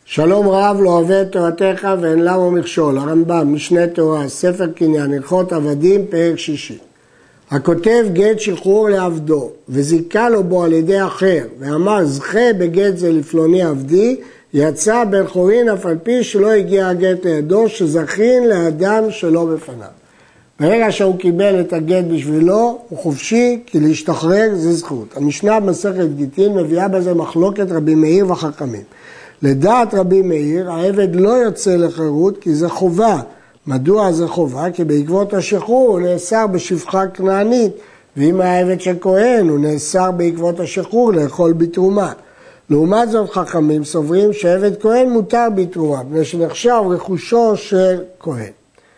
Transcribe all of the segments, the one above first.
שלום רב לא אוהב את תורתך ואין למה מכשול. הרמב"ם, משנה תורה, ספר קניין, הלכות עבדים, פרק 6. הכותב גט שחרור לעבדו וזיכה לו בו על ידי אחר ואמר זכה בגט זה לפלוני עבדי, יצא בן חורין אף על פי שלא הגיע הגט לידו, שזכין לאדם שלא בפניו. ברגע שהוא קיבל את הגט בשבילו הוא חופשי, כי להשתחרר זה זכות. המשנה במסכת גיטין מביאה בזה מחלוקת רבי מאיר וחכמים. לדעת רבי מאיר, העבד לא יוצא לחירות כי זה חובה. מדוע זה חובה? כי בעקבות השחרור הוא נאסר בשפחה כנענית, ואם העבד של כהן הוא נאסר בעקבות השחרור לאכול בתרומה. לעומת זאת חכמים סוברים שעבד כהן מותר בתרומה, בגלל שנחשב רכושו של כהן.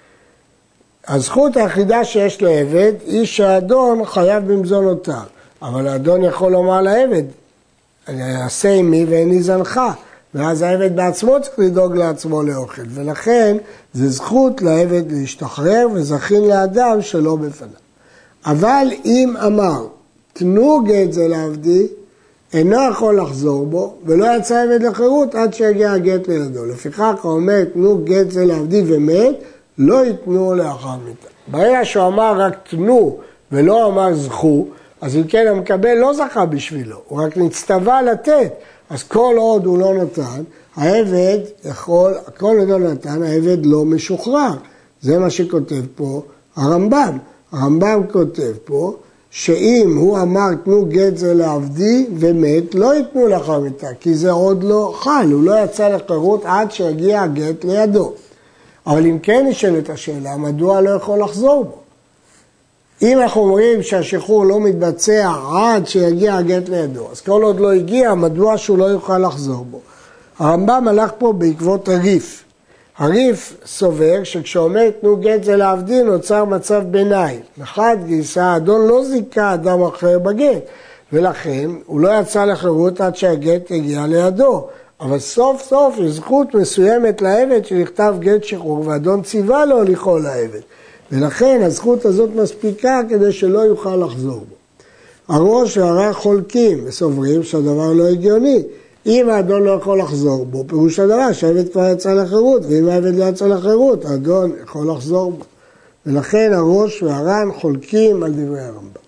הזכות היחידה שיש לעבד היא שהאדון חייב במזונותיו, אבל האדון יכול לומר לעבד, עשה עמי ואיני זנך, ואז העבד בעצמו צריך לדאוג לעצמו לאוכל, ולכן זה זכות לעבד להשתחרר וזכין לאדם שלא בפניו. אבל אם אמר, תנו גט זה לעבדי, אינו יכול לחזור בו, ולא יצא עבד לחירות עד שיגיע הגט לידו. לפיכך הוא אומר, תנו גט זה לעבדי ומת, לא ייתנו לאחר מיתה. ברגע שהוא אמר רק תנו ולא אמר זכו, אז אם כן המקבל לא זכה בשבילו, הוא רק נצטווה לתת. אז כל עוד הוא לא נתן, העבד יכול, כל עוד לא נתן, העבד לא משוחרר. זה מה שכותב פה הרמב"ם. הרמב"ם כותב פה, שאם הוא אמר תנו גט זה לעבדי ומת, לא ייתנו לאחר מיתה, כי זה עוד לא חל, הוא לא יצא לחירות עד שיגיע הגט לידו. אבל אם כן נשאלת השאלה, מדוע לא יכול לחזור בו? אם אנחנו אומרים שהשחרור לא מתבצע עד שיגיע הגט לידו, אז כל עוד לא הגיע, מדוע שהוא לא יוכל לחזור בו? הרמב"ם הלך פה בעקבות הריף. הריף סובר שכשאומר תנו גט זה לעבדי נוצר מצב ביניים. מחד גיסא האדון לא זיכה אדם אחר בגט, ולכן הוא לא יצא לחירות עד שהגט יגיע לידו. אבל סוף סוף יש זכות מסוימת לעבד שנכתב גט שחרור, והאדון ציווה לו לכול לעבד. ולכן הזכות הזאת מספיקה כדי שלא יוכל לחזור בו. הראש והר"ן חולקים וסוברים שהדבר לא הגיוני. אם האדון לא יכול לחזור בו, פירוש הדבר שהעבד כבר יצא לחירות, ואם העבד לא יצא לחירות, האדון יכול לחזור בו. ולכן הראש והר"ן חולקים על דברי הרמב"ם.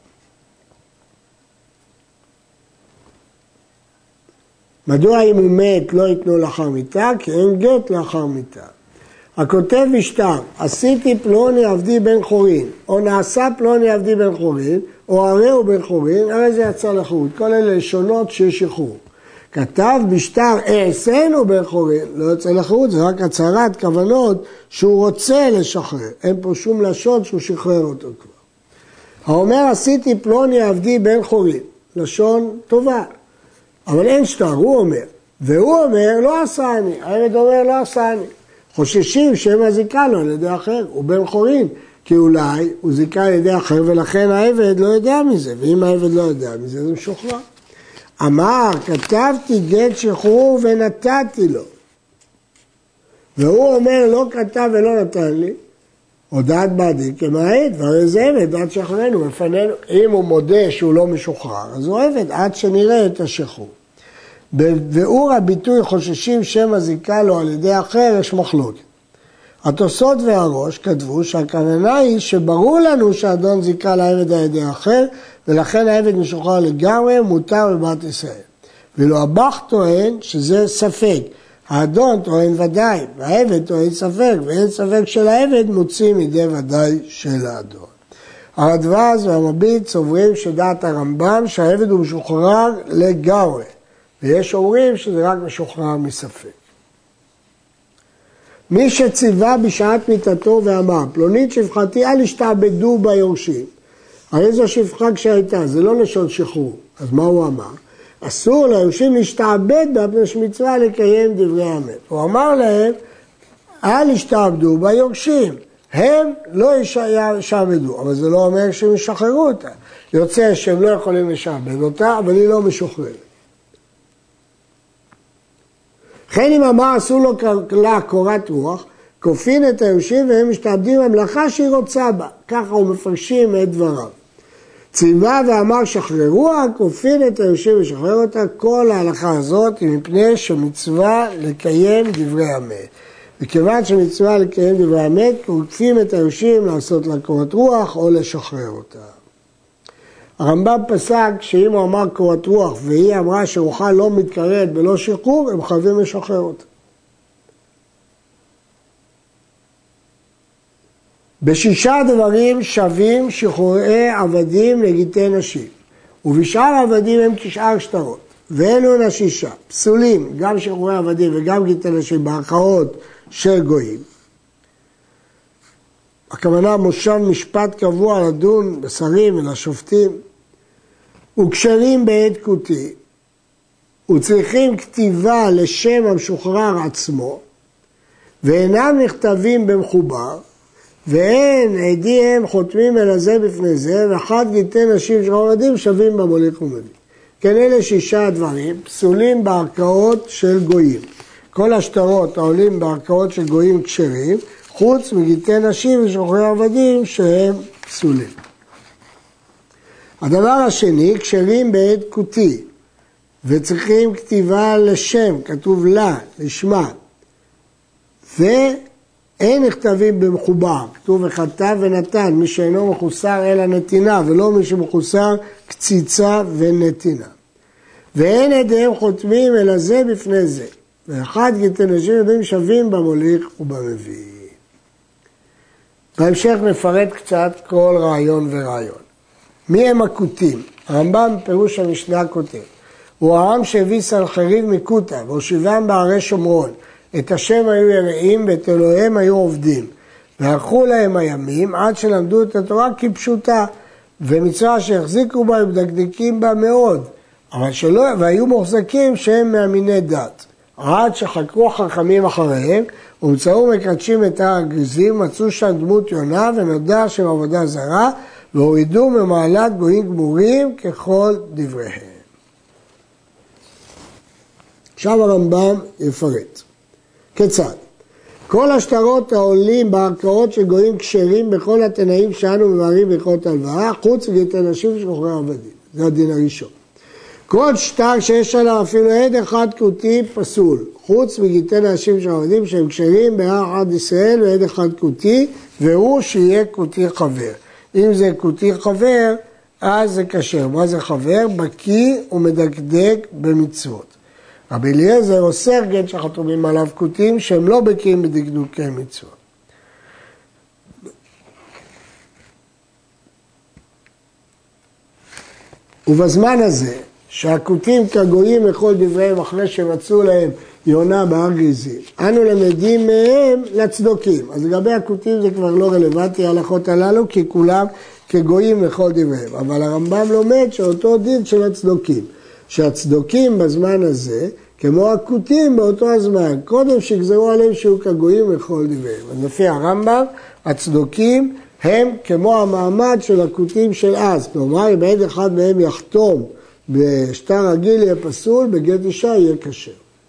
מדוע אם הוא מת לא ייתנו לאחר מיתה? כי אין גט לאחר מיתה. הכותב משטר, עשיתי פלוני עבדי בן חורין, או נעשה פלוני עבדי בן חורין, או הרי הוא בן חורין, הרי זה יצא לחירות. כל אלה לשונות שיש שחרור. כתב בשטר אעשנו בן חורין, לא יוצא לחירות, זה רק הצהרת כוונות שהוא רוצה לשחרר. אין פה שום לשון שהוא שחרר אותו כבר. האומר עשיתי פלוני עבדי בן חורין, לשון טובה. אבל אין שטר, הוא אומר. והוא אומר לא עשה אני, העבד אומר לא עשה אני. חוששים שהם זיקה לו על ידי אחר, הוא בן חורין, כי אולי הוא זיקה על ידי אחר ולכן העבד לא יודע מזה, ואם העבד לא יודע מזה זה משוחרר. אמר, כתבתי גט שחרור ונתתי לו. והוא אומר לא כתב ולא נתן לי, הודעת בעדי כמעט, והרי זה עבד עד שחררנו, לפנינו. אם הוא מודה שהוא לא משוחרר, אז הוא עבד עד שנראה את השחרור. בביאור הביטוי חוששים שם הזיקה לו על ידי אחר יש מחלוקת. התוספות והראש כתבו שהכוונה היא שברור לנו שהאדון זיקה לעבד על ידי אחר, ולכן העבד משוחרר לגמרי מותר בבת ישראל. ואילו הבח טוען שזה ספק. האדון טוען ודאי, והעבד טוען ספק, ואין ספק של העבד מוציא מידי ודאי של האדון. הרדב"ז והמביט סוברים שדעת הרמב"ם שהעבד הוא משוחרר לגמרי. ויש אומרים שזה רק משוחרר מספק. מי שציווה בשעת מיתתו ואמר, פלונית שפחתי אל ישתעבדו ביורשים. הרי זו שפחה כשהייתה, זה לא לשון שחרור. אז מה הוא אמר? אסור ליורשים להשתעבד בהפני שמצווה לקיים דברי האמת. הוא אמר להם, אל ישתעבדו ביורשים. הם לא ישעבדו, אבל זה לא אומר שהם ישחררו אותה. יוצא שהם לא יכולים לשעבד אותה, אבל היא לא משוחררת. לכן אם אמר אסור לו לה קורת רוח, כופין את היורשים והם משתעבדים במלאכה שהיא רוצה בה. ככה הוא מפרשים את דבריו. ציווה ואמר שחררוה, כופין את היורשים ושחרר אותה. כל ההלכה הזאת היא מפני שמצווה לקיים דברי המת. וכיוון שמצווה לקיים דברי המת, כופים את היורשים לעשות לה קורת רוח או לשחרר אותה. הרמב"ם פסק שאם הוא אמר קורת רוח והיא אמרה שרוחה לא מתקררת בלא שחרור, הם חייבים לשחרר אותה. בשישה דברים שווים שחרורי עבדים לגיטי נשים, ובשאר עבדים הם 9 שטרות, ואלו הן השישה, פסולים, גם שחרורי עבדים וגם גיטי נשים בערכאות של גויים. הכוונה מושב משפט קבוע לדון בשרים ולשופטים, וכשרים בעת כותי, וצריכים כתיבה לשם המשוחרר עצמו, ואינם נכתבים במחובר, ואין עדים חותמים אל הזה בפני זה, ואחד גיטי נשים של עבדים שווים במוליך ומביא. כן, אלה 6 דברים, פסולים בערכאות של גויים. כל השטרות העולים בערכאות של גויים כשרים, חוץ מגיטי נשים ושוחרי עבדים שהם פסולים. הדבר השני, כשרים בעת כותי, וצריכים כתיבה לשם, כתוב לה, לשמה, ואין נכתבים במחובר, כתוב וכתב ונתן, מי שאינו מחוסר אלא נתינה, ולא מי שמחוסר קציצה ונתינה. ואין עדיהם חותמים אלא זה בפני זה, ואחד גיטי נשים עדים שווים במוליך ובמביא. בהמשך נפרט קצת כל רעיון ורעיון. מי הם הכותים? הרמב"ם פירוש המשנה כותב, הוא העם שהביא סנחריב מקוטה, והושיבם בערי שומרון, את השם היו יראים ואת אלוהיהם היו עובדים, והלכו להם הימים עד שלמדו את התורה כפשוטה, ומצווה שהחזיקו בה ומדקדקים בה מאוד, אבל שלא, והיו מוחזקים שהם מאמיני דת. עד שחקרו חכמים אחריהם, ומצאו מקדשים את הר הגריזים, מצאו שם דמות יונה ונודע שם עבודה זרה, והורידו ממעלת גויים גמורים ככל דבריהם. עכשיו הרמב"ם יפרט. כיצד? כל השטרות העולים בערכאות של גויים כשרים בכל התנאים שאנו מבארים בהלכות הלוואה, חוץ מגיטי נשים ושוחרי עבדים. זה הדין הראשון. כל שטר שיש עליו אפילו עד אחד כותי פסול, חוץ מגיטי נשים ושוחרי עבדים שהם כשרים בהר אחד ישראל ועד אחד כותי, והוא שיהיה כותי חבר. אם זה כותי חבר, אז זה כשר. מה זה חבר? בקיא ומדקדק במצוות. רבי אליעזר אוסר גט שחתומים עליו כותים שהם לא בקיאים בדקדוקי מצוות. ובזמן הזה, שהכותים כגויים לכל דבריהם אחרי שמצאו להם יונה בהר גריזים, אנו למדים מהם לצדוקים. אז לגבי הכותים זה כבר לא רלוונטי ההלכות הללו, כי כולם כגויים לכל דבריהם. אבל הרמב"ם לומד שאותו דין של הצדוקים, שהצדוקים בזמן הזה, כמו הכותים באותו הזמן, קודם שגזרו עליהם שיהיו כגויים לכל דבריהם. אז לפי הרמב"ם, הצדוקים הם כמו המעמד של הכותים של אז. כלומר, אם עד אחד מהם יחתום בשטר רגיל יהיה פסול, בגט אישה יהיה כשר.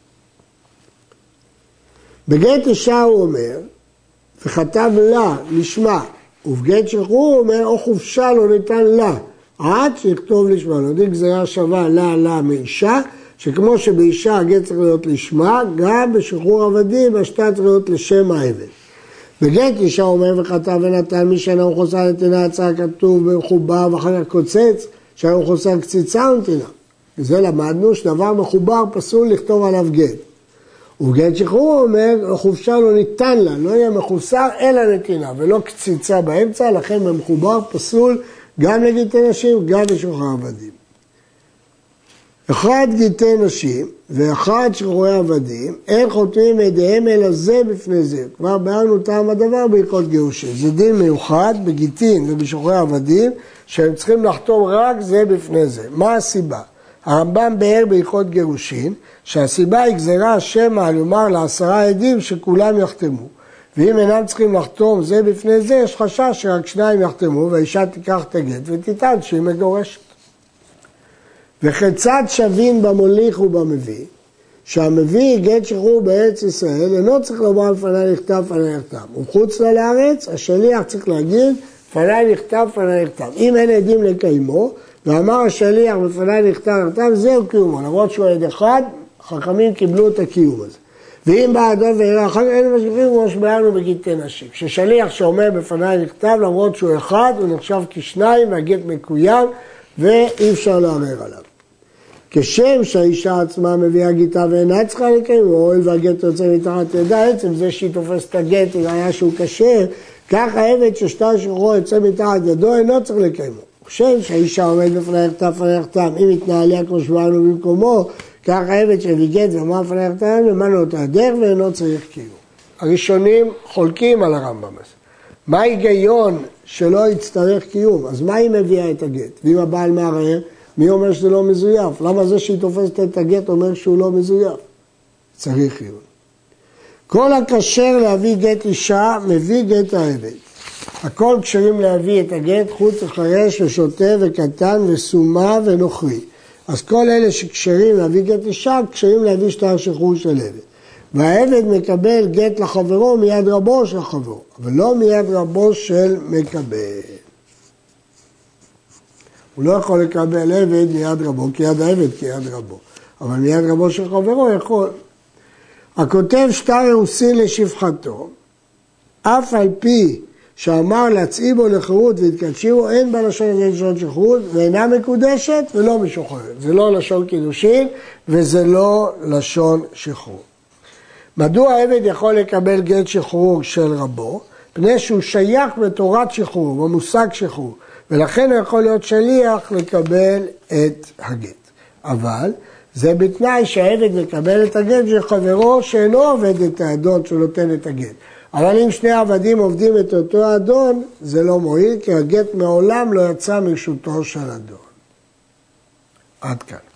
בגט אישה הוא אומר, וכתב לה, לשמה, ובגט שחרור הוא אומר, או חופשה לא ניתן לה, עד שיכתוב לשמה. נודעים גזירה שווה לה מאישה, שכמו שבאישה הגט צריך להיות לשמה, גם בשחרור עבדים השטר צריך להיות לשם העבד. בגט אישה אומר וכתב ונתן, מי שאינו מחוסר נתינה יצא כתוב במחובר ואחר כך קוצץ, שאינו מחוסר קציצה ונתינה. וזה למדנו שדבר מחובר פסול לכתוב עליו גט. ובגט שחרור הוא אומר, חופשה לא ניתן לה, לא יהיה מחוסר אלא נתינה, ולא קציצה באמצע, לכן במחובר פסול גם לגיטי נשים, גם לשחרור עבדים. אחד גיטי נשים ואחד שחרורי עבדים, אין חותמים ידיהם אלא זה בפני זה. כבר ביארנו טעם הדבר בהלכות גירושין. זה דין מיוחד בגיטין ובשחרורי עבדים, שהם צריכים לחתום רק זה בפני זה. מה הסיבה? הרמב"ם ביאר בהלכות גירושין, שהסיבה היא גזירה שמא לומר ל10 עדים שכולם יחתמו. ואם אינם צריכים לחתום זה בפני זה, יש חשש שרק 2 יחתמו, והאישה תיקח את הגט ותטען שהיא מגורשת. וכיצד שווים במוליך ובמביא, שהמביא גט שחרור בארץ ישראל, אינו צריך לומר לפני נכתב, לפני נכתב. וחוץ לה לארץ, השליח צריך להגיד, בפניי נכתב, בפניי נכתב. אם אין עדים לקיימו, ואמר השליח בפניי נכתב, זהו קיומו. למרות שהוא עד אחד, חכמים קיבלו את הקיום הזה. ואם בא אדון ואירע אחר כך, אין משגיחים כמו שבארנו בגיטי נשים. כששליח שאומר בפניי נכתב, למרות שהוא אחד, הוא נחשב כשניים, והגט מקוים, ואי אפשר לערער עליו. כשם שהאישה עצמה מביאה גיטה ואינה צריכה לקיים, הואיל והגט יוצא מתחת ידה, עצם זה שהיא תופסת את הגט, אם היה שהוא כשר, כך העבד ששטר שחרור יוצא מתחת ידו, אינו צריך לקיימו. כשם שהאישה עומד בפני נכתב, בפני נכתב, אם התנהליה כמו שבארנו במקומו, כך העבד שהביא גט ואמר בפני נכתב, ממנו אותו הדרך ואינו צריך קיום. הראשונים חולקים על הרמב"ם הזה. מה ההיגיון שלא יצטרך קיום? אז מה היא מביאה את הגט? ואם הבעל מערער, מי אומר שזה לא מזויף? למה זה שהיא תופסת את הגט אומר שהוא לא מזויף? צריך קיום. כל הכשר להביא גט אישה, מביא גט העבד. הכל כשרים להביא את הגט, חוץ וחרש ושוטה וקטן וסומה ונוכרי. אז כל אלה שכשרים להביא גט אישה, כשרים להביא שטר שחרור של עבד. והעבד מקבל גט לחברו מיד רבו של חברו, אבל לא מיד רבו של מקבל. הוא לא יכול לקבל עבד מיד רבו, כי יד העבד כי יד רבו. אבל מיד רבו של חברו יכול. הכותב שטר אירוסין לשפחתו, אף על פי שאמר להצאי בו לחירות והתקדשיו, אין בה לשון הזה לשון שחרות, ואינה מקודשת ולא משוחררת. זה לא לשון קידושין וזה לא לשון שחרור. מדוע העבד יכול לקבל גט שחרור של רבו? פני שהוא שייך בתורת שחרור, במושג שחרור, ולכן הוא יכול להיות שליח לקבל את הגט. אבל זה בתנאי שהעבד מקבל את הגט של חברו שאינו עובד את האדון שנותן את הגט. אבל אם שני עבדים עובדים את אותו אדון, זה לא מועיל, כי הגט מעולם לא יצא מרשותו של אדון. עד כאן.